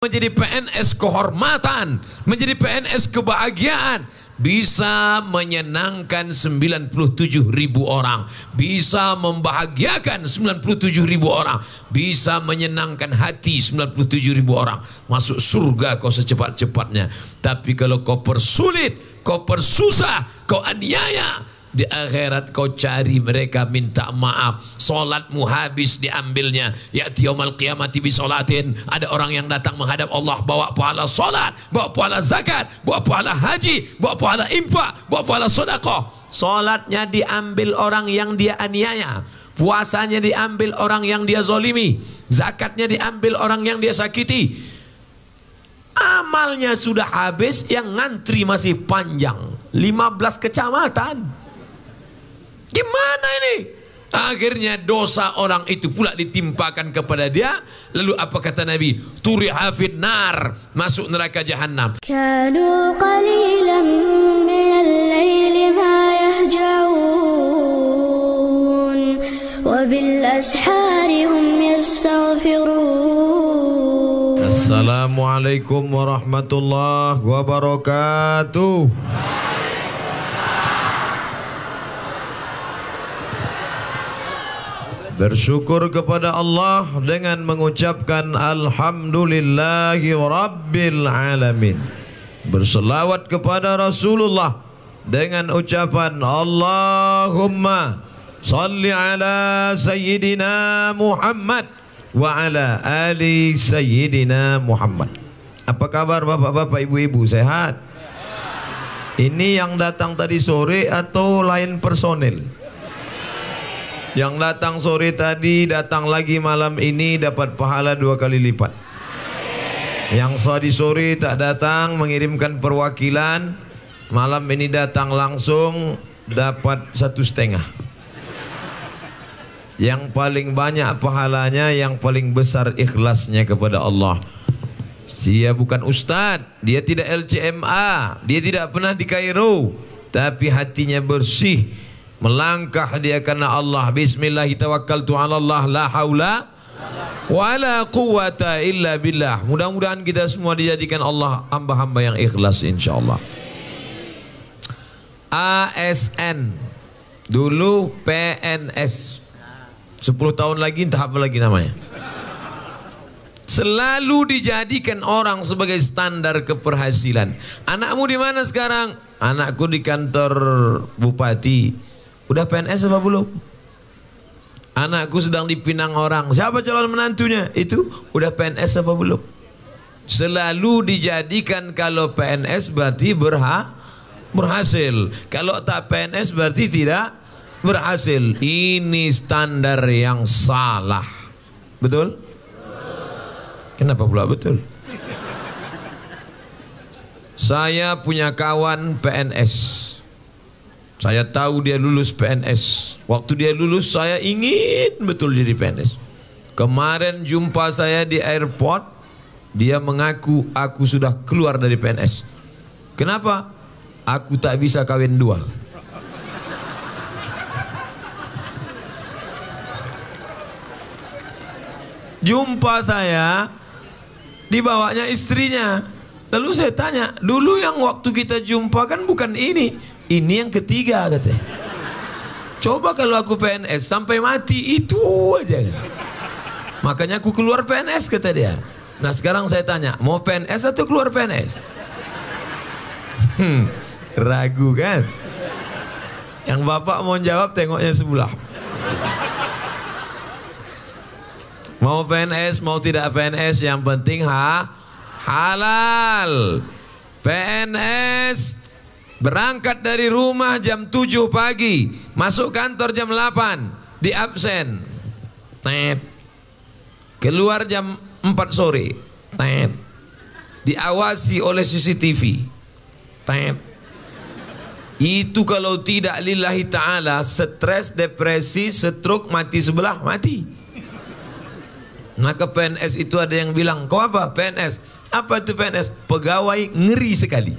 menjadi PNS kehormatan, menjadi PNS kebahagiaan, bisa menyenangkan 97.000 orang, bisa membahagiakan 97.000 orang, bisa menyenangkan hati 97.000 orang, masuk surga kau secepat-cepatnya. Tapi kalau kau persulit, kau persusah, kau aniaya, di akhirat kau cari mereka minta maaf, solatmu habis diambilnya. Ya'ti yaumal qiyamati bi solatin, ada orang yang datang menghadap Allah bawa pahala solat, bawa pahala zakat, bawa pahala haji, bawa pahala infak, bawa pahala sedekah. Solatnya diambil orang yang dia aniaya, puasanya diambil orang yang dia zolimi, zakatnya diambil orang yang dia sakiti. Amalnya sudah habis, yang ngantri masih panjang, 15 kecamatan. Gimana ini? Akhirnya dosa orang itu pula ditimpakan kepada dia. Lalu apa kata Nabi? Turiha fin nar, masuk neraka jahanam. Kanu qalilan minal laili ma yahja'un wa bil ashari hum yastaghfirun. Assalamualaikum warahmatullahi wabarakatuh. Bersyukur kepada Allah dengan mengucapkan Alhamdulillahi Rabbil Alamin. Berselawat kepada Rasulullah dengan ucapan Allahumma salli ala Sayyidina Muhammad wa ala ali Sayyidina Muhammad. Apa kabar bapak-bapak, ibu-ibu, sehat? Ini yang datang tadi sore atau lain personil? Yang datang sore tadi datang lagi malam ini dapat pahala 2 kali lipat. Yang tadi sore tak datang mengirimkan perwakilan, malam ini datang langsung dapat 1,5. Yang paling banyak pahalanya, yang paling besar ikhlasnya kepada Allah. Dia bukan ustadz, dia tidak LCMA, dia tidak pernah di Kairo, tapi hatinya bersih. Melangkah dia karena Allah. Bismillahi tawakkaltu ala Allah, la haula wala quwata illa billah. Mudah-mudahan kita semua dijadikan Allah hamba-hamba yang ikhlas insyaallah. ASN dulu PNS, 10 tahun lagi entah apa lagi namanya. Selalu dijadikan orang sebagai standar keberhasilan. Anakmu di mana sekarang? Anakku di kantor bupati. Udah PNS apa belum? Anakku sedang dipinang orang. Siapa calon menantunya? Itu udah PNS apa belum? Selalu dijadikan kalau PNS berarti berhasil. Kalau tak PNS berarti tidak berhasil. Ini standar yang salah. Betul? Kenapa pula betul? Saya punya kawan PNS. Saya tahu dia lulus PNS. Waktu dia lulus saya ingin betul jadi PNS. Kemarin jumpa saya di airport, dia mengaku aku sudah keluar dari PNS. Kenapa? Aku tak bisa kawin 2. Jumpa saya, dibawanya istrinya. Lalu saya tanya, dulu yang waktu kita jumpa kan bukan ini. Ini yang ketiga katanya. Coba kalau aku PNS sampai mati itu aja. Makanya aku keluar PNS kata dia. Nah sekarang saya tanya, mau PNS atau keluar PNS? Ragu kan? Yang bapak mau jawab tengoknya sebelah. Mau PNS mau tidak PNS yang penting halal. PNS berangkat dari rumah jam 7 pagi, masuk kantor jam 8, di absen. Tet. Keluar jam 4 sore. Tet. Diawasi oleh CCTV. Tet. Itu kalau tidak lillahi ta'ala, stres, depresi, stroke, mati sebelah, mati. Maka PNS itu ada yang bilang, kau apa? PNS. Apa itu PNS? Pegawai ngeri sekali.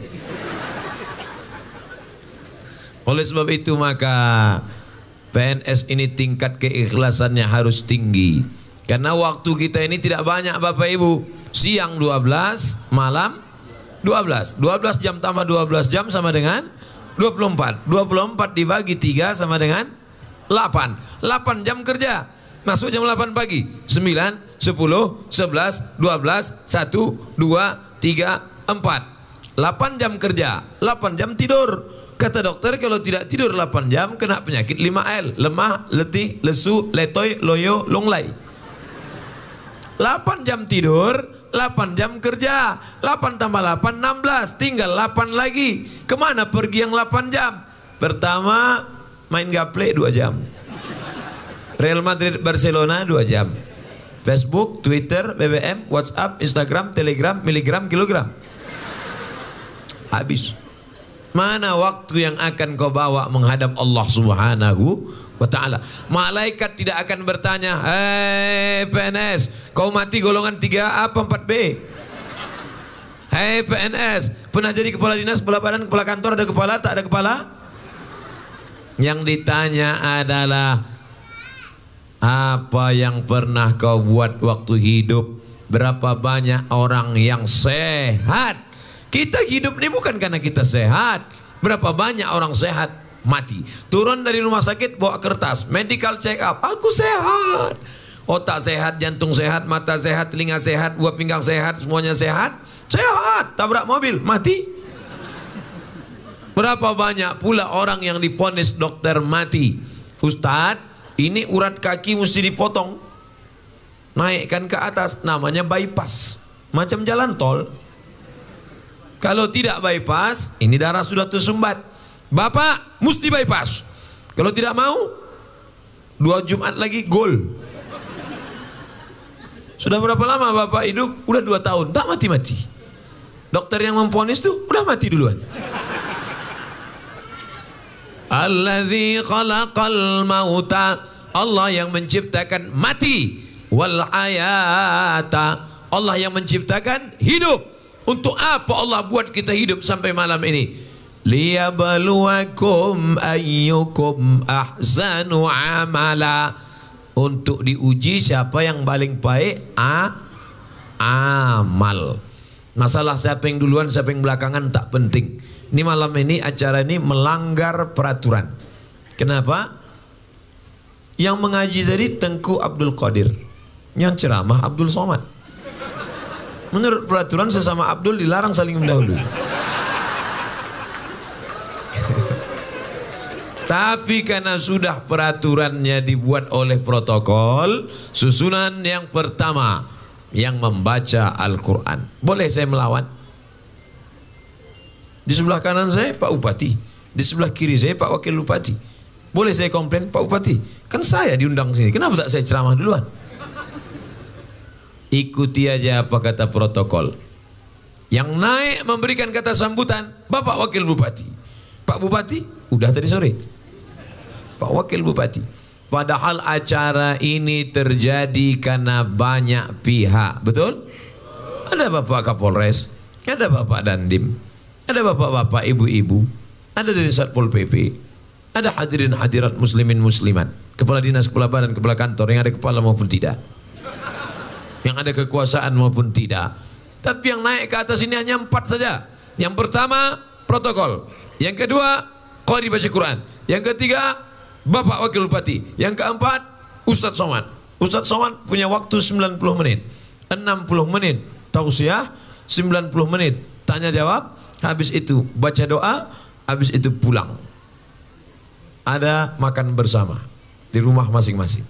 Oleh sebab itu maka PNS ini tingkat keikhlasannya harus tinggi. Karena waktu kita ini tidak banyak Bapak Ibu. siang 12, malam 12. 12 jam tambah 12 jam sama dengan 24. 24 dibagi 3 sama dengan 8. 8 jam kerja. Masuk jam 8 pagi. 9, 10, 11, 12, 1, 2, 3, 4. 8 jam kerja, 8 jam tidur. Kata dokter kalau tidak tidur 8 jam kena penyakit 5L. Lemah, letih, lesu, letoy, loyo, lunglai. 8 jam tidur, 8 jam kerja. 8 tambah 8, 16. Tinggal 8 lagi. Kemana pergi yang 8 jam? Pertama, main gaple 2 jam. Real Madrid Barcelona 2 jam. Facebook, Twitter, BBM, WhatsApp, Instagram, Telegram, miligram, kilogram. Habis. Mana waktu yang akan kau bawa menghadap Allah Subhanahu wa ta'ala? Malaikat tidak akan bertanya, hei PNS, kau mati golongan 3A apa 4B? Hei PNS, pernah jadi kepala dinas, kepala badan, kepala kantor, ada kepala, tak ada kepala? Yang ditanya adalah, apa yang pernah kau buat waktu hidup? Berapa banyak orang yang sehat? Kita hidup ini bukan karena kita sehat. Berapa banyak orang sehat mati. Turun dari rumah sakit bawa kertas, medical check up, aku sehat. Otak sehat, jantung sehat, mata sehat, telinga sehat, buah pinggang sehat, semuanya sehat. Sehat, tabrak mobil, mati. Berapa banyak pula orang yang diponis dokter mati. Ustadz, ini urat kaki mesti dipotong, naikkan ke atas, namanya bypass, macam jalan tol. Kalau tidak bypass, ini darah sudah tersumbat, bapak mesti bypass. Kalau tidak mau, 2 Jumat lagi gol. Sudah berapa lama bapak hidup? Udah 2 tahun, tak mati-mati. Dokter yang memvonis tuh udah mati duluan. Alladzi khalaqal mauta, Allah yang menciptakan mati, wal hayata, Allah yang menciptakan hidup. Untuk apa Allah buat kita hidup sampai malam ini? Liyabluwakum ayyukum ahsanu amala, untuk diuji siapa yang paling baik amal. Masalah siapa yang duluan siapa yang belakangan tak penting. Ini malam ini acara ini melanggar peraturan. Kenapa? Yang mengaji tadi Tengku Abdul Qadir, yang ceramah Abdul Somad. Menurut peraturan sesama Abdul dilarang saling mendahului. Tapi karena sudah peraturannya dibuat oleh protokol, susunan yang pertama yang membaca Al-Quran. Boleh saya melawan? Di sebelah kanan saya Pak Bupati, di sebelah kiri saya Pak Wakil Bupati. Boleh saya komplain Pak Bupati? Kan saya diundang sini, kenapa tak saya ceramah duluan? Ikuti aja apa kata protokol. Yang naik memberikan kata sambutan Bapak Wakil Bupati. Pak Bupati udah tadi sore, Pak Wakil Bupati. Padahal acara ini terjadi karena banyak pihak. Betul? Ada Bapak Kapolres, ada Bapak Dandim, ada bapak-bapak, ibu-ibu, ada dari Satpol PP, ada hadirin hadirat muslimin muslimat, kepala dinas, kepala badan, kepala kantor, yang ada kepala maupun tidak, yang ada kekuasaan maupun tidak. Tapi yang naik ke atas ini hanya 4 saja. Yang pertama protokol, yang kedua qari baca Quran, yang ketiga Bapak Wakil Bupati, yang keempat Ustadz Somad. Ustadz Somad punya waktu 90 menit, 60 menit tausiah, 90 menit tanya jawab, habis itu baca doa, habis itu pulang. Ada makan bersama di rumah masing-masing.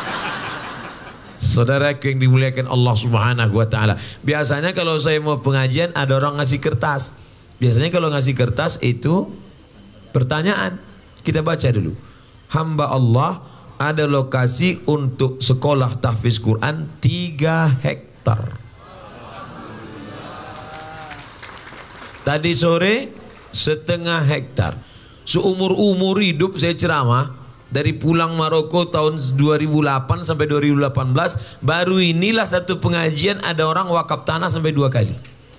Saudaraku yang dimuliakan Allah Subhanahu wa ta'ala, biasanya kalau saya mau pengajian ada orang ngasih kertas. Biasanya kalau ngasih kertas itu pertanyaan, kita baca dulu. Hamba Allah ada lokasi untuk sekolah tahfiz Quran 3 hektar. Tadi sore 1/2 hektar. Seumur-umur hidup saya ceramah, dari pulang Maroko tahun 2008 sampai 2018, baru inilah satu pengajian ada orang wakaf tanah sampai 2 kali.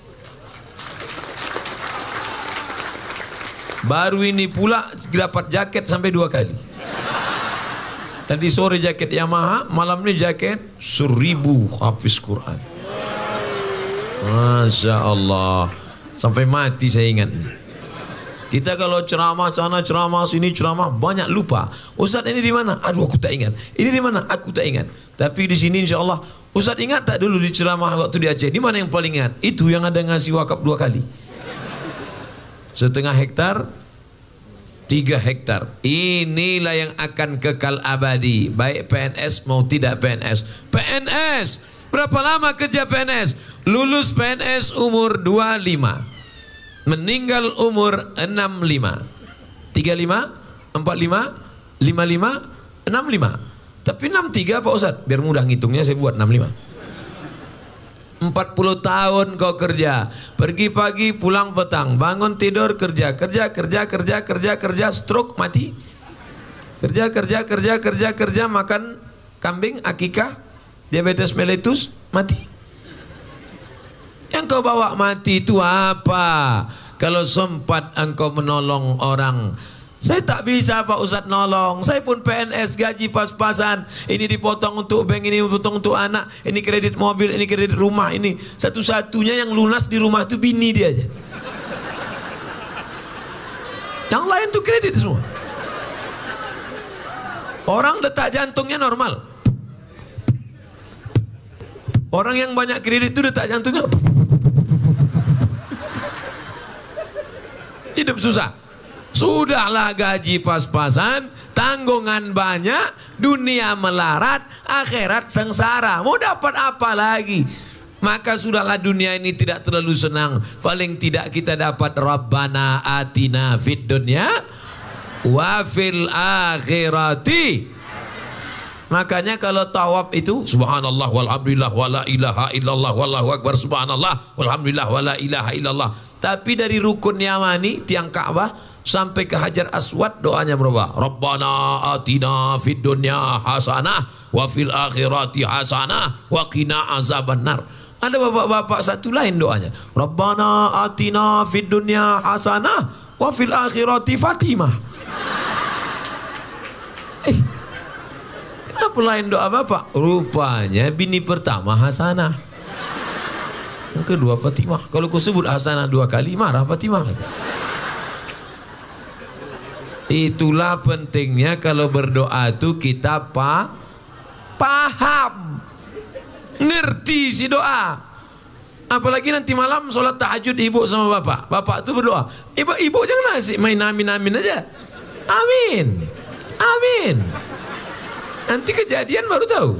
Baru ini pula dapat jaket sampai 2 kali. Tadi sore jaket Yamaha, malam ini jaket 1000 hafiz Quran. Masya Allah. Sampai mati saya ingat. Kita kalau ceramah sana, ceramah sini, ceramah banyak lupa. Ustaz ini di mana? Aduh aku tak ingat. Ini di mana? Aku tak ingat. Tapi di sini insya Allah. Ustaz ingat tak dulu di ceramah waktu di Aceh? Di mana yang paling ingat? Itu yang ada ngasih wakaf 2 kali. 1,5 hektar, 3 hektar. Inilah yang akan kekal abadi. Baik PNS mau tidak PNS. PNS. Berapa lama kerja PNS? Lulus PNS umur 25. Meninggal umur 65, 35, 45, 55, 65. Tapi 63 Pak Ustaz, biar mudah ngitungnya saya buat 65. 40 tahun kau kerja, pergi pagi pulang petang, bangun tidur kerja, kerja, stroke mati. Kerja, makan kambing, akikah, diabetes mellitus, mati. Yang kau bawa mati itu apa? Kalau sempat engkau menolong orang. Saya tak bisa Pak Ustaz nolong. Saya pun PNS gaji pas-pasan. Ini dipotong untuk bank, ini dipotong untuk anak. Ini kredit mobil, ini kredit rumah. Ini satu-satunya yang lunas di rumah itu bini dia aja. Yang lain tuh kredit semua. Orang detak jantungnya normal. Orang yang banyak kredit itu detak jantungnya hidup susah. Sudahlah gaji pas-pasan, tanggungan banyak, dunia melarat, akhirat sengsara. Mau dapat apa lagi? Maka sudahlah dunia ini tidak terlalu senang. Paling tidak kita dapat Rabbana atina fid dunya wa fil akhirati. Makanya kalau tawaf itu subhanallah walhamdulillah wala ilaha illallah wallahu akbar subhanallah walhamdulillah wala ilaha illallah. Tapi dari rukun Yamani tiang Ka'bah sampai ke Hajar Aswad doanya berubah. Rabbana atina fid dunya hasanah wa fil akhirati hasanah wa qina azabannar. Ada bapak-bapak satu lain doanya. Rabbana atina fid dunya hasanah wa fil akhirati Fatimah. Apa lain doa bapak? Rupanya bini pertama Hasanah, yang kedua Fatimah. Kalau kau sebut Hasanah 2 kali marah Fatimah. Itulah pentingnya kalau berdoa itu kita paham, ngerti si doa. Apalagi nanti malam sholat tahajud ibu sama bapak. Bapak itu berdoa, ibu jangan asik main amin-amin aja. Amin, amin. Nanti kejadian baru tahu.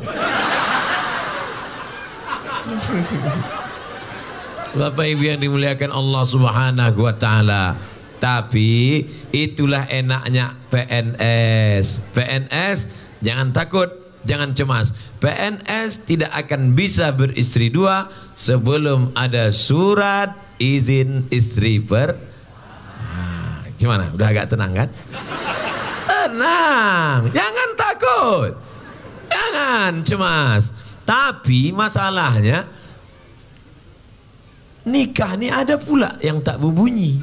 Bapak Ibu yang dimuliakan Allah Subhanahu wa taala. Tapi itulah enaknya PNS. PNS jangan takut, jangan cemas. PNS tidak akan bisa beristri 2 sebelum ada surat izin istri gimana? Udah agak tenang kan? Tenang, jangan takut, jangan cemas. Tapi masalahnya nikah ini ada pula yang tak berbunyi.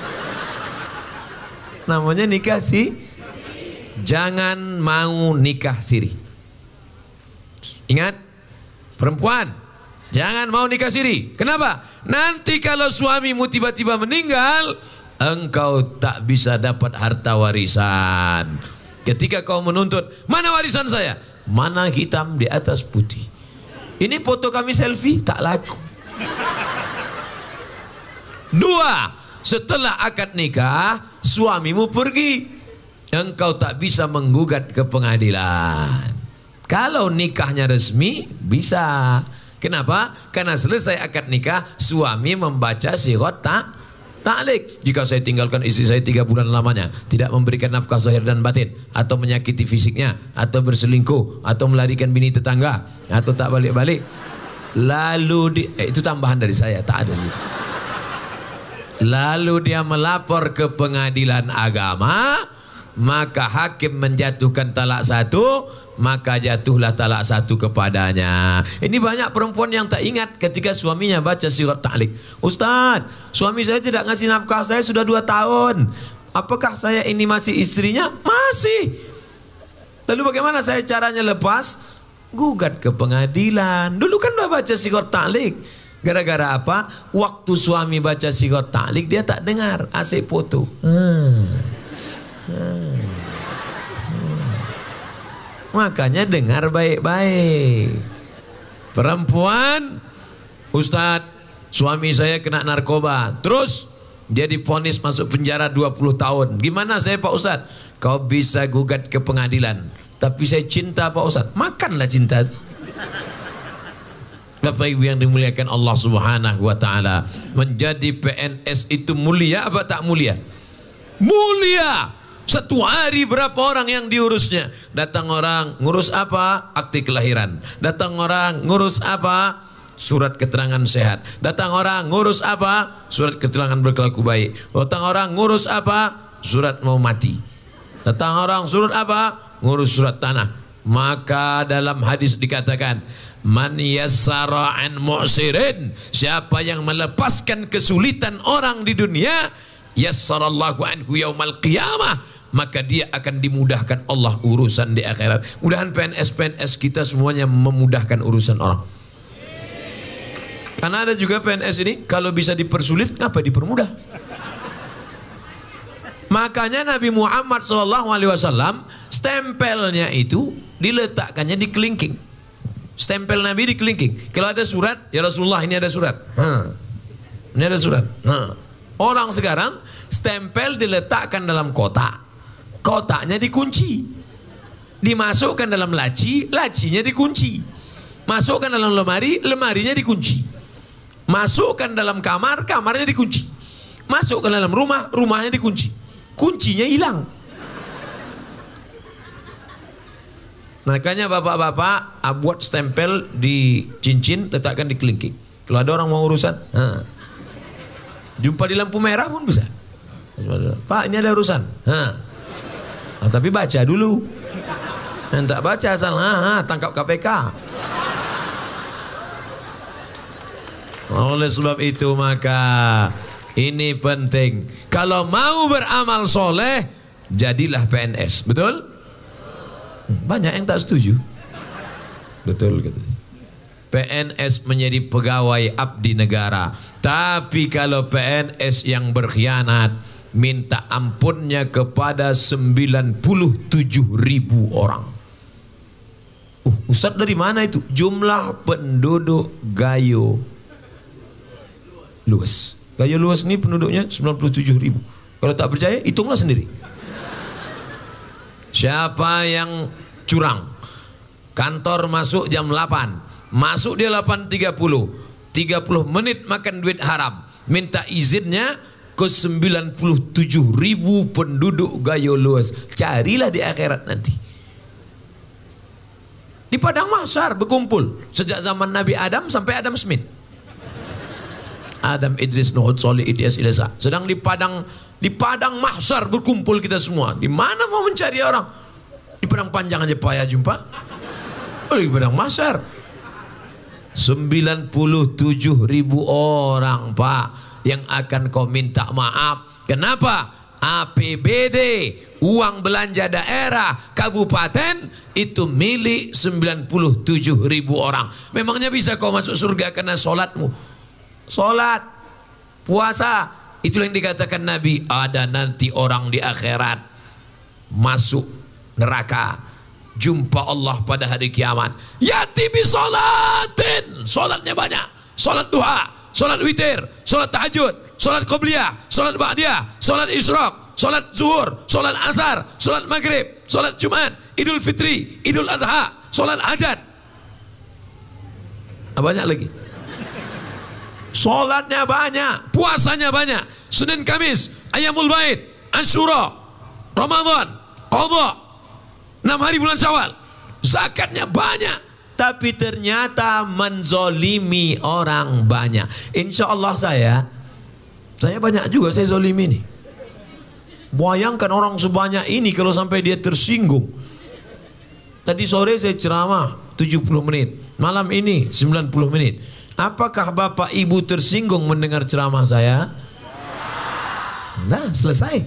Namanya nikah jangan mau nikah siri. Ingat, perempuan jangan mau nikah siri. Kenapa? Nanti kalau suamimu tiba-tiba meninggal, engkau tak bisa dapat harta warisan. Ketika kau menuntut, mana warisan saya? Mana hitam di atas putih. Ini foto kami selfie, tak laku. 2, setelah akad nikah, suamimu pergi, engkau tak bisa menggugat ke pengadilan. Kalau nikahnya resmi, bisa. Kenapa? Karena selesai akad nikah, suami membaca sirat ta'liq. Jika saya tinggalkan istri saya 3 bulan lamanya, tidak memberikan nafkah zahir dan batin, atau menyakiti fisiknya, atau berselingkuh, atau melarikan bini tetangga, atau tak balik-balik, lalu itu tambahan dari saya, tak ada gitu. Lalu dia melapor ke pengadilan agama, maka hakim menjatuhkan talak 1, maka jatuhlah talak 1 kepadanya. Ini banyak perempuan yang tak ingat ketika suaminya baca surat ta'liq. Ustaz, suami saya tidak ngasih nafkah saya sudah 2 tahun. Apakah saya ini masih istrinya? Masih. Lalu bagaimana saya caranya lepas? Gugat ke pengadilan. Dulu kan udah baca surat ta'liq. Gara-gara apa? Waktu suami baca sigot ta'liq dia tak dengar, asik foto. Makanya dengar baik-baik. Perempuan, Ustadz, suami saya kena narkoba, terus dia divonis masuk penjara 20 tahun. Gimana saya Pak Ustadz? Kau bisa gugat ke pengadilan, tapi saya cinta Pak Ustadz. Makanlah cinta itu. Bapak Ibu yang dimuliakan Allah Subhanahu wa taala, menjadi PNS itu mulia apa tak mulia? Mulia. Satu hari berapa orang yang diurusnya? Datang orang ngurus apa? Akte kelahiran. Datang orang ngurus apa? Surat keterangan sehat. Datang orang ngurus apa? Surat keterangan berkelaku baik. Datang orang ngurus apa? Surat mau mati. Datang orang surat apa? Ngurus surat tanah. Maka dalam hadis dikatakan, man yassara an mu'sirin, siapa yang melepaskan kesulitan orang di dunia, yassarallahu anhu yaumal qiyamah, maka dia akan dimudahkan Allah urusan di akhirat. Mudahan PNS-PNS kita semuanya memudahkan urusan orang. Karena ada juga PNS ini kalau bisa dipersulit, ngapa dipermudah? Makanya Nabi Muhammad SAW stempelnya itu diletakkannya di kelingking. Stempel Nabi di kelingking. Kalau ada surat, ya Rasulullah ini ada surat. Ini ada surat. Orang sekarang stempel diletakkan dalam kotak. Kotaknya dikunci. Dimasukkan dalam laci, lacinya dikunci. Masukkan dalam lemari, lemarinya dikunci. Masukkan dalam kamar, kamarnya dikunci. Masukkan dalam rumah, rumahnya dikunci. Kuncinya hilang. Makanya bapak-bapak buat stempel di cincin, letakkan di kelingking. Kalau ada orang mau urusan, jumpa di lampu merah pun bisa. Pak, ini ada urusan. Tapi baca dulu. Yang tak baca asal tangkap KPK. Oleh sebab itu maka ini penting. Kalau mau beramal soleh, jadilah PNS. Betul? Banyak yang tak setuju. Betul gitu. PNS menjadi pegawai abdi negara. Tapi kalau PNS yang berkhianat, minta ampunnya kepada 97.000 orang. Ustadz dari mana itu? Jumlah penduduk Gayo Luas. Gayo Luas ini penduduknya 97.000. Kalau tak percaya, hitunglah sendiri. Siapa yang curang? Kantor masuk jam 8, masuk dia 8.30, 30 menit makan duit haram. Minta izinnya ke 97.000 penduduk Gayo Luas. Carilah di akhirat nanti. Di padang mahsyar berkumpul sejak zaman Nabi Adam sampai Adam Smith. Adam, Idris, Nuh, Solih, Ilyas, Ilesa. Sedang di padang mahsyar berkumpul kita semua. Di mana mau mencari orang? Di padang panjang aja payah jumpa. Di padang mahsyar. 97.000 orang, Pak, yang akan kau minta maaf. Kenapa? APBD, uang belanja daerah, kabupaten, itu milik 97.000 orang. Memangnya bisa kau masuk surga karena sholatmu? Sholat, puasa, itulah yang dikatakan Nabi. Ada nanti orang di akhirat masuk neraka, jumpa Allah pada hari kiamat. Yati bi sholatin, sholatnya banyak. Sholat duha, sholat witir, sholat tahajud, sholat qobliyah, sholat ba'diyah, sholat isyraq, sholat zuhur, sholat asar, sholat maghrib, sholat jumat, idul fitri, idul adha, sholat hajat. Banyak lagi. Sholatnya banyak, puasanya banyak. Senin Kamis, Ayamul Bait, Asyura, Ramadan, Qadha, 6 hari bulan Syawal. Zakatnya banyak, tapi ternyata menzolimi orang banyak. Insya Allah saya banyak juga saya zolimi nih. Bayangkan orang sebanyak ini kalau sampai dia tersinggung. Tadi sore saya ceramah 70 menit, malam ini 90 menit. Apakah Bapak Ibu tersinggung mendengar ceramah saya? Nah, selesai.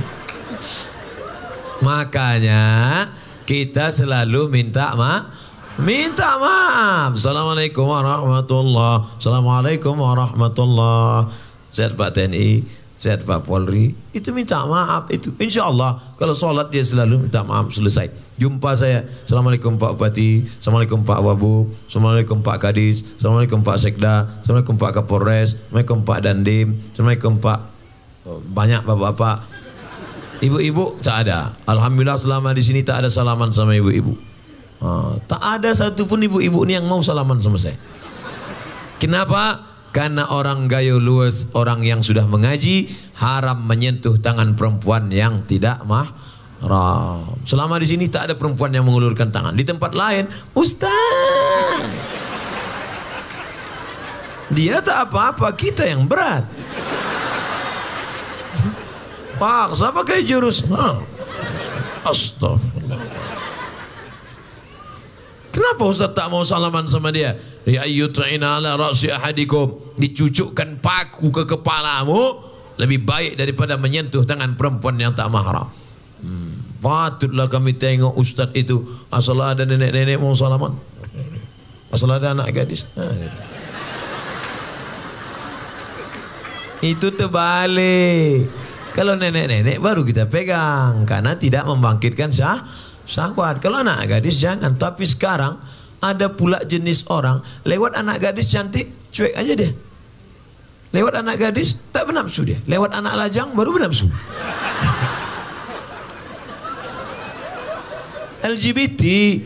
Makanya kita selalu minta Minta maaf. Assalamualaikum warahmatullah. Assalamualaikum warahmatullah. Sehat Pak TNI, sehat Pak Polri. Itu minta maaf itu. Insya Allah kalau sholat dia selalu minta maaf, selesai. Jumpa saya. Assalamualaikum Pak Bupati. Assalamualaikum Pak Wabub. Assalamualaikum Pak Kadis. Assalamualaikum Pak Sekda. Assalamualaikum Pak Kapolres. Assalamualaikum Pak Dandim. Assalamualaikum Pak banyak bapak-bapak. Ibu-ibu tak ada. Alhamdulillah selama di sini tak ada salaman sama ibu-ibu. Tak ada satupun ibu-ibu ini yang mau salaman sama saya. Kenapa? Karena orang gayo luas, orang yang sudah mengaji, haram menyentuh tangan perempuan yang tidak mahram. Selama di sini tak ada perempuan yang mengulurkan tangan. Di tempat lain, Ustaz, dia tak apa-apa, kita yang berat. Paksa pakai jurus. Astagfirullah. Kenapa Ustaz tak mau salaman sama dia? Ya ayyut'ina ala ra'si ahadikum. Dicucukkan paku ke kepalamu lebih baik daripada menyentuh tangan perempuan yang tak mahram. Patutlah kami tengok Ustaz itu. Asal ada nenek-nenek mau salaman, asal ada anak gadis. Itu terbalik. Kalau nenek-nenek baru kita pegang, karena tidak membangkitkan syahwat. Kalau anak gadis jangan. Tapi sekarang ada pula jenis orang lewat anak gadis cantik cuek aja dia. Lewat anak gadis tak bernafsu dia. Lewat anak lajang baru bernafsu. LGBT,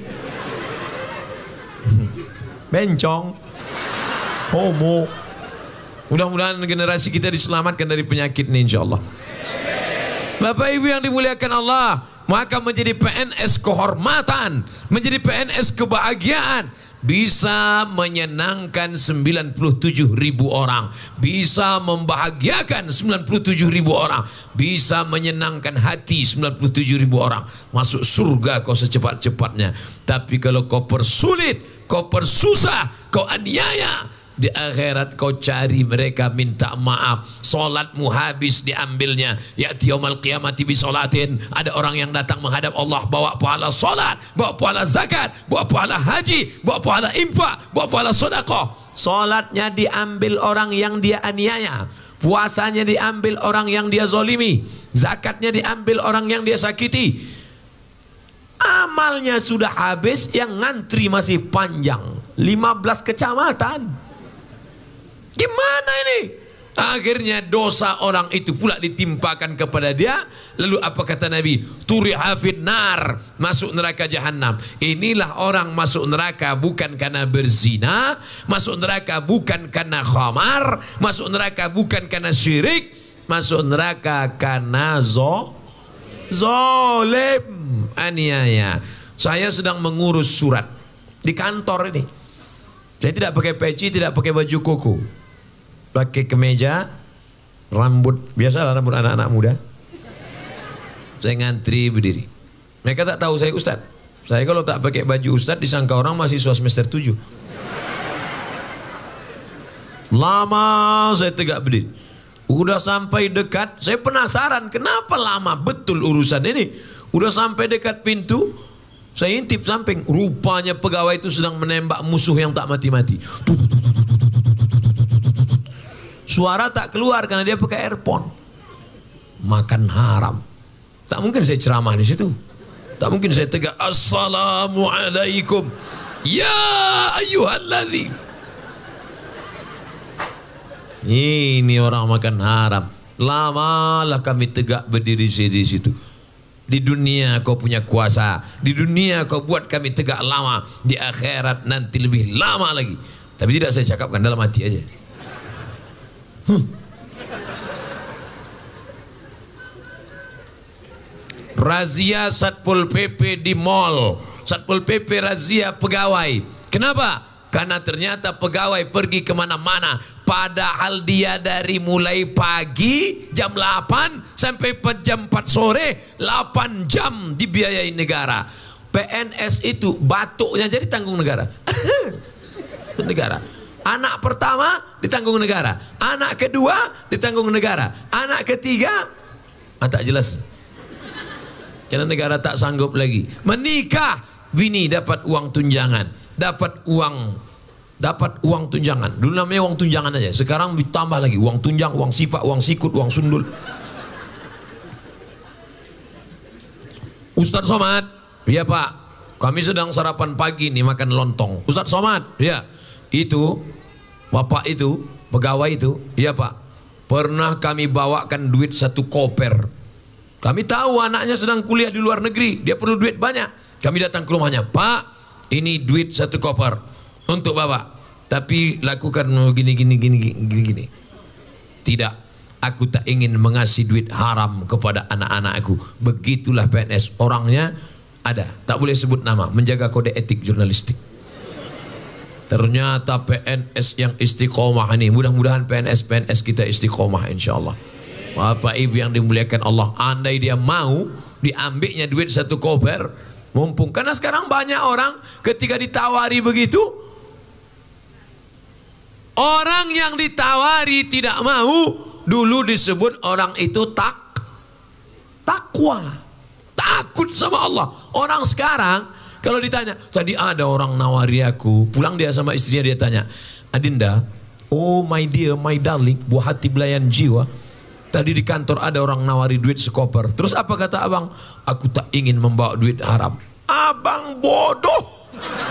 bencong, homo. Mudah-mudahan generasi kita diselamatkan dari penyakit ini insyaallah. Bapak Ibu yang dimuliakan Allah, maka menjadi PNS kehormatan, menjadi PNS kebahagiaan, bisa menyenangkan 97.000 orang, bisa membahagiakan 97.000 orang, bisa menyenangkan hati 97.000 orang, masuk surga kau secepat-cepatnya. Tapi kalau kau persulit, kau persusah, kau aniaya, di akhirat kau cari mereka minta maaf, solatmu habis diambilnya. Ya'ti yaumal qiyamati bi solatin. Ada orang yang datang menghadap Allah bawa pahala solat, bawa pahala zakat, bawa pahala haji, bawa pahala infak, bawa pahala sedekah. Solatnya diambil orang yang dia aniaya, puasanya diambil orang yang dia zolimi, zakatnya diambil orang yang dia sakiti. Amalnya sudah habis, yang ngantri masih panjang, 15 kecamatan. Gimana ini? Akhirnya dosa orang itu pula ditimpakan kepada dia. Lalu apa kata Nabi? Turiha fin nar, masuk neraka jahanam. Inilah orang masuk neraka bukan karena berzina, masuk neraka bukan karena khamar, masuk neraka bukan karena syirik, masuk neraka karena zolim, aniaya. Saya sedang mengurus surat di kantor ini. Saya tidak pakai peci, tidak pakai baju koko, pakai kemeja, rambut biasalah, rambut anak-anak muda. Saya ngantri berdiri. Mereka tak tahu saya ustaz. Saya kalau tak pakai baju ustaz disangka orang mahasiswa semester 7. Lama saya tegak berdiri. Udah sampai dekat, saya penasaran kenapa lama betul urusan ini. Udah sampai dekat pintu, saya intip samping. Rupanya pegawai itu sedang menembak musuh yang tak mati-mati. Suara tak keluar karena dia pakai earphone. Makan haram. Tak mungkin saya ceramah di situ. Tak mungkin saya tegak assalamualaikum ya ayyuhallazim. Ini orang makan haram. Lamalah kami tegak berdiri di situ. Di dunia kau punya kuasa, di dunia kau buat kami tegak lama, di akhirat nanti lebih lama lagi. Tapi tidak saya cakapkan, dalam hati aja. Razia Satpol PP di mall. Satpol PP razia pegawai. Kenapa? Karena ternyata pegawai pergi kemana-mana, padahal dia dari mulai pagi jam 8 sampai jam 4 sore, 8 jam dibiayai negara. PNS itu batuknya jadi tanggung negara. Negara. Anak pertama ditanggung negara, anak kedua ditanggung negara, anak ketiga tak jelas. Karena negara tak sanggup lagi. Menikah bini dapat uang tunjangan, dapat uang tunjangan. Dulu namanya uang tunjangan aja, sekarang ditambah lagi uang tunjang, uang sifat, uang sikut, uang sundul. Ustadz Somad, iya Pak, kami sedang sarapan pagi nih makan lontong. Ustadz Somad, ya itu bapak itu pegawai itu, iya Pak, pernah kami bawakan duit 1 koper. Kami tahu anaknya sedang kuliah di luar negeri, dia perlu duit banyak. Kami datang ke rumahnya, Pak, ini duit 1 koper untuk bapak, tapi lakukan gini. Tidak, aku tak ingin mengasih duit haram kepada anak-anakku. Begitulah PNS, orangnya ada, tak boleh sebut nama, menjaga kode etik jurnalistik. Ternyata PNS yang istiqomah ini, mudah-mudahan PNS kita istiqomah insyaallah. Bapak Ibu yang dimuliakan Allah, andai dia mau diambilnya duit 1 koper, mumpung. Karena sekarang banyak orang ketika ditawari begitu, orang yang ditawari tidak mau, dulu disebut orang itu takwa, takut sama Allah. Orang sekarang kalau ditanya, tadi ada orang nawari aku, pulang dia sama istrinya, dia tanya, Adinda, oh my dear, my darling, buah hati belayan jiwa, tadi di kantor ada orang nawari duit 1 koper. Terus apa kata abang? Aku tak ingin membawa duit haram. Abang bodoh.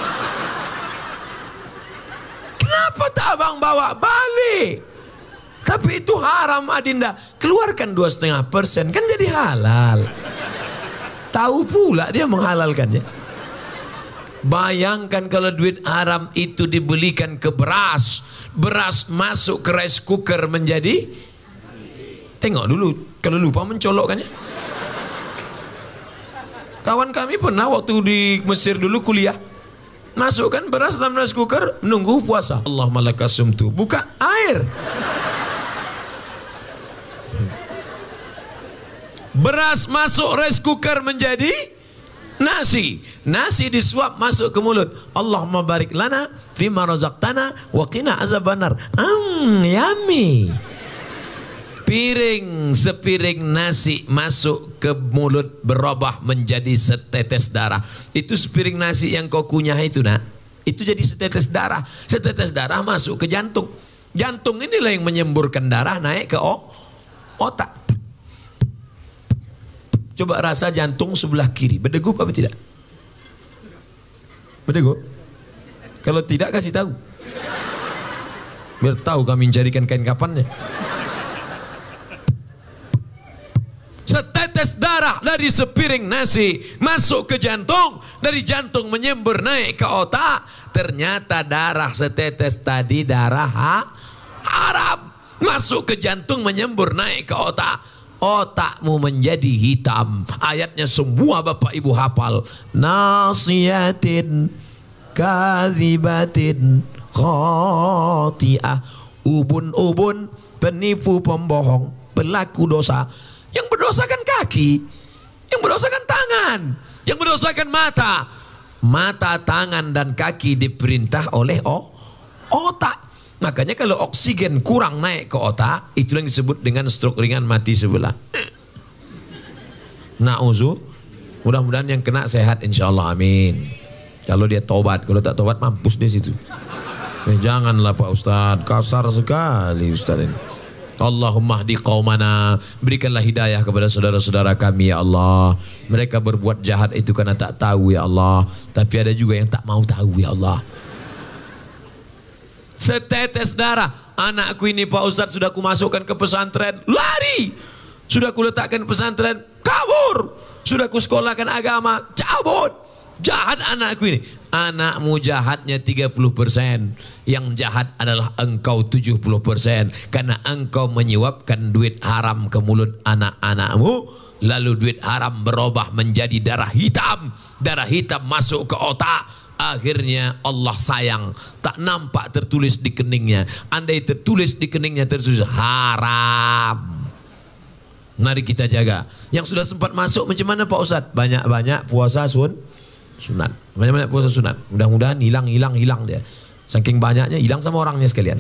Kenapa tak abang bawa balik? Tapi itu haram Adinda. Keluarkan 2,5%, kan jadi halal. Tahu pula dia menghalalkannya. Bayangkan kalau duit haram itu dibelikan ke beras, beras masuk ke rice cooker menjadi, tengok dulu kalau lupa mencolokkannya. Kawan kami pernah waktu di Mesir dulu kuliah, masukkan beras dalam rice cooker, menunggu puasa. Allahumma lakasumtu, buka air. Beras masuk rice cooker menjadi nasi, nasi disuap masuk ke mulut. Allahumma barik lana fima razaqtana wa qina azabannar. Yummy. Piring sepiring nasi masuk ke mulut, berubah menjadi setetes darah. Itu sepiring nasi yang kau kunyah itu, nak, itu jadi setetes darah. Setetes darah masuk ke jantung. Jantung inilah yang menyemburkan darah naik ke otak. Coba rasa jantung sebelah kiri, berdegup apa tidak? Berdegup? Kalau tidak kasih tahu, biar tahu kami mencarikan kain kapannya. Setetes darah dari sepiring nasi masuk ke jantung, dari jantung menyembur naik ke otak. Ternyata darah setetes tadi darah haram, masuk ke jantung menyembur naik ke otak. Otakmu menjadi hitam. Ayatnya semua Bapak Ibu hafal. Nasiyatin kazibatin khati'ah. Ubun-ubun, penipu, pembohong, pelaku dosa. Yang berdosakan kaki, yang berdosakan tangan, yang berdosakan mata. Mata, tangan, dan kaki diperintah oleh otak. Makanya kalau oksigen kurang naik ke otak, itu yang disebut dengan stroke ringan, mati sebelah. Na'udzu, mudah-mudahan yang kena sehat insyaallah, amin. Kalau dia tobat, kalau tak tobat mampus di situ. Janganlah Pak Ustadz, kasar sekali Ustadz ini. Allahumma hdi qaumana, berikanlah hidayah kepada saudara-saudara kami ya Allah. Mereka berbuat jahat itu karena tak tahu ya Allah, tapi ada juga yang tak mau tahu ya Allah. Setetes darah, anakku ini Pak Ustadz sudah kumasukkan ke pesantren, lari. Sudah kuletakkan pesantren, kabur. Sudah kusekolahkan agama, cabut. Jahat anakku ini. Anakmu jahatnya 30%. Yang jahat adalah engkau 70%. Karena engkau menyuapkan duit haram ke mulut anak-anakmu. Lalu duit haram berubah menjadi darah hitam. Darah hitam masuk ke otak. Akhirnya Allah sayang, tak nampak tertulis di keningnya. Andai tertulis di keningnya tertulis haram. Mari kita jaga. Yang sudah sempat masuk macam mana Pak Ustadz? Banyak-banyak puasa sunat. Banyak-banyak puasa sunat. Mudah-mudahan hilang dia. Saking banyaknya hilang sama orangnya sekalian.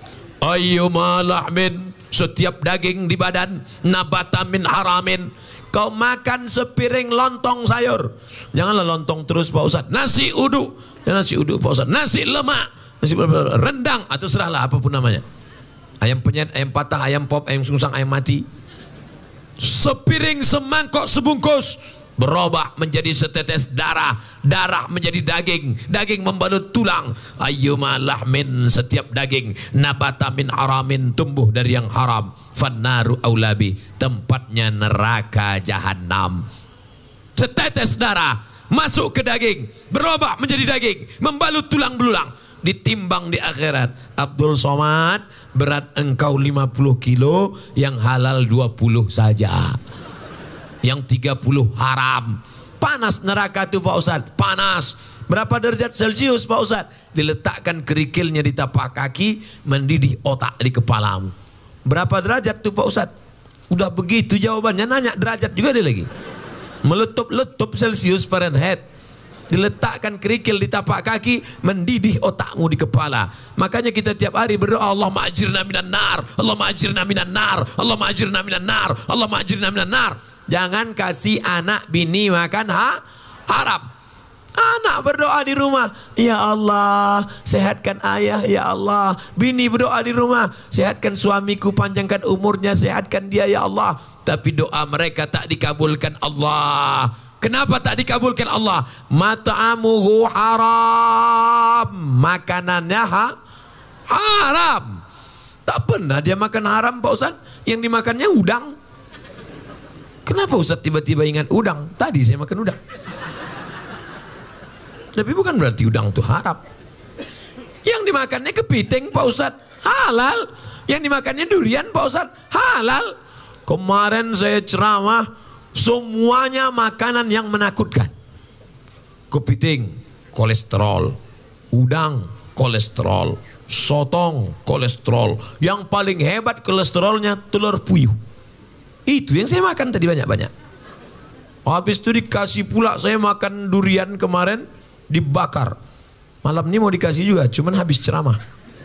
Ayyuma lahmin, setiap daging di badan, nabata min haramin, kau makan sepiring lontong sayur. Janganlah lontong terus Pak Ustadz. Nasi uduk, ya nasi uduk Pak Ustadz. Nasi lemak, nasi rendang atau serahlah apapun namanya. Ayam penyet, ayam patah, ayam pop, ayam sungsang, ayam mati. Sepiring, semangkok, sebungkus berubah menjadi setetes darah, darah menjadi daging, daging membalut tulang. Ayyuma lahmin, setiap daging, nabata min haramin, tumbuh dari yang haram, fannaru aulabi, tempatnya neraka jahanam. Setetes darah masuk ke daging, berubah menjadi daging, membalut tulang belulang, ditimbang di akhirat. Abdul Somad, berat engkau 50 kilo, yang halal 20 saja, yang 30 haram. Panas neraka itu Pak Ustadz, panas. Berapa derajat Celcius Pak Ustadz? Diletakkan kerikilnya di tapak kaki, mendidih otak di kepalamu. Berapa derajat itu Pak Ustadz? Udah begitu jawabannya, nanya derajat juga dia lagi. Meletup-letup Celcius Fahrenheit. Diletakkan kerikil di tapak kaki, mendidih otakmu di kepala. Makanya kita tiap hari berdoa, Allahumma ajirna minan nar, Allahumma ajirna minan nar, Allahumma ajirna minan nar, Allahumma ajirna minan nar. Jangan kasih anak bini makan haram. Anak berdoa di rumah, ya Allah sehatkan ayah, ya Allah. Bini berdoa di rumah, sehatkan suamiku, panjangkan umurnya, sehatkan dia ya Allah. Tapi doa mereka tak dikabulkan Allah. Kenapa tak dikabulkan Allah? Mat'amuhu haram, makanannya haram. Tak pernah dia makan haram Pak Ustaz. Yang dimakannya udang. Kenapa Ustaz tiba-tiba ingat udang? Tadi saya makan udang. Tapi bukan berarti udang itu haram. Yang dimakannya kepiting Pak Ustaz, halal. Yang dimakannya durian Pak Ustaz, halal. Kemarin saya ceramah, semuanya makanan yang menakutkan. Kepiting, kolesterol. Udang, kolesterol. Sotong, kolesterol. Yang paling hebat kolesterolnya telur puyuh. Itu yang saya makan tadi banyak-banyak. Habis itu dikasih pula saya makan durian kemarin, dibakar. Malam ini mau dikasih juga, cuman habis ceramah.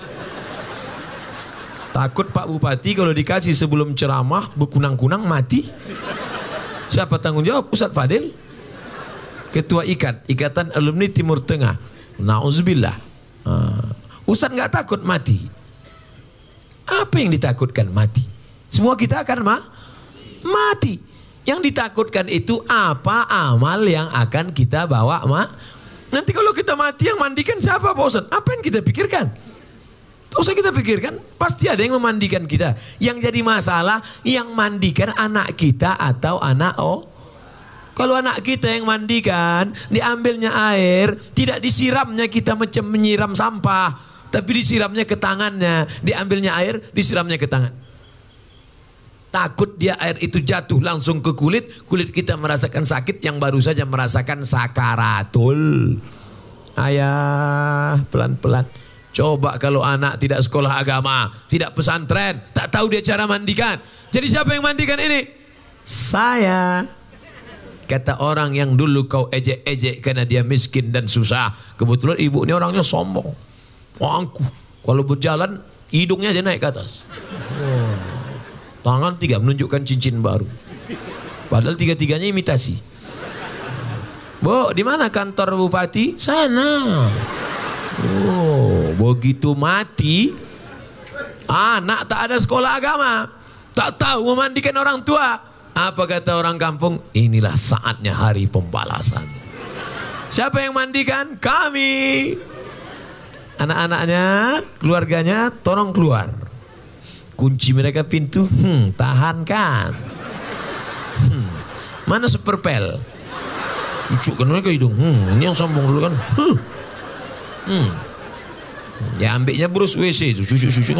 Takut Pak Bupati kalau dikasih sebelum ceramah berkunang-kunang mati. Siapa tanggung jawab? Ustadz Fadil, Ketua Ikatan Alumni Timur Tengah. Nauzubillah. Ustadz nggak takut mati. Apa yang ditakutkan? Mati. Semua kita akan mati. Yang ditakutkan itu apa amal yang akan kita bawa nanti kalau kita mati yang mandikan siapa Pak Ustadz? Apa yang kita pikirkan? Tak usah kita pikirkan, pasti ada yang memandikan kita. Yang jadi masalah yang mandikan anak kita atau anak Kalau anak kita yang mandikan, diambilnya air, tidak disiramnya kita macam menyiram sampah, tapi disiramnya ke tangannya, diambilnya air, disiramnya ke tangan. Takut dia air itu jatuh langsung ke kulit, kulit kita merasakan sakit yang baru saja merasakan sakaratul. Ayah, pelan-pelan. Coba kalau anak tidak sekolah agama, tidak pesantren, tak tahu dia cara mandikan. Jadi siapa yang mandikan ini? Saya. Kata orang yang dulu kau ejek-ejek karena dia miskin dan susah. Kebetulan ibu ini orangnya sombong. Angkuh. Kalau berjalan hidungnya aja naik ke atas. Tangan 3 menunjukkan cincin baru. Padahal 3-tiganya imitasi. Bu, di mana kantor bupati? Sana. Oh, begitu mati, anak tak ada sekolah agama, tak tahu memandikan orang tua. Apa kata orang kampung? Inilah saatnya hari pembalasan. Siapa yang mandikan? Kami. Anak-anaknya, keluarganya, tolong keluar. Kunci mereka pintu, tahankan. Mana superpel? Cucukkan mereka hidung. Ini yang sombong dulu kan. Ya ambilnya burus WC itu, cucuk-cucuk.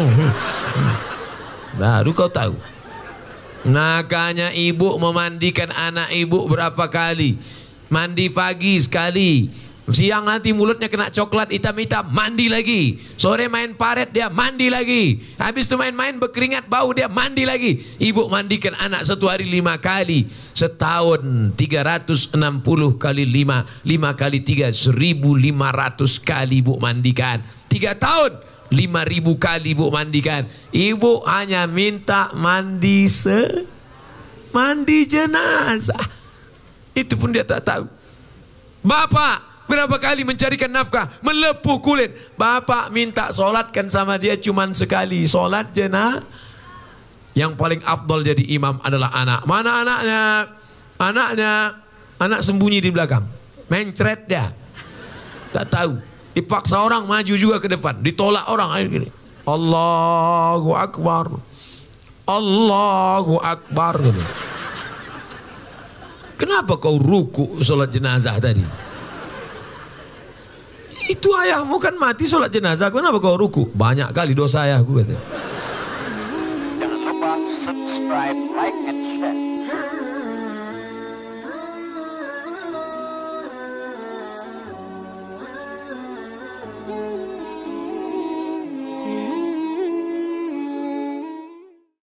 Baru kau tahu. Makanya ibu memandikan anak ibu berapa kali? Mandi pagi sekali, siang nanti mulutnya kena coklat hitam-hitam, mandi lagi. Sore main paret dia, mandi lagi. Habis itu main-main berkeringat bau dia, mandi lagi. Ibu mandikan anak 1 hari 5 kali. Setahun 360 kali 5, 5 kali 3, 1500 kali ibu mandikan. 3 tahun 5000 kali ibu mandikan. Ibu hanya minta mandi Mandi jenazah. Itu pun dia tak tahu. Bapak berapa kali mencarikan nafkah, melepuh kulit. Bapak minta solatkan sama dia cuman sekali. Solat jenazah. Yang paling afdol jadi imam adalah anak. Mana anaknya? Anak sembunyi di belakang. Mencret dia. Tak tahu. Dipaksa orang maju juga ke depan. Ditolak orang. Gini. Allahu Akbar. Allahu Akbar. Gini. Kenapa kau ruku solat jenazah tadi? Itu ayahmu kan mati solat jenazah. Kenapa kau ruku? Banyak kali dosa ayahku kata. Jangan lupa subscribe, like, and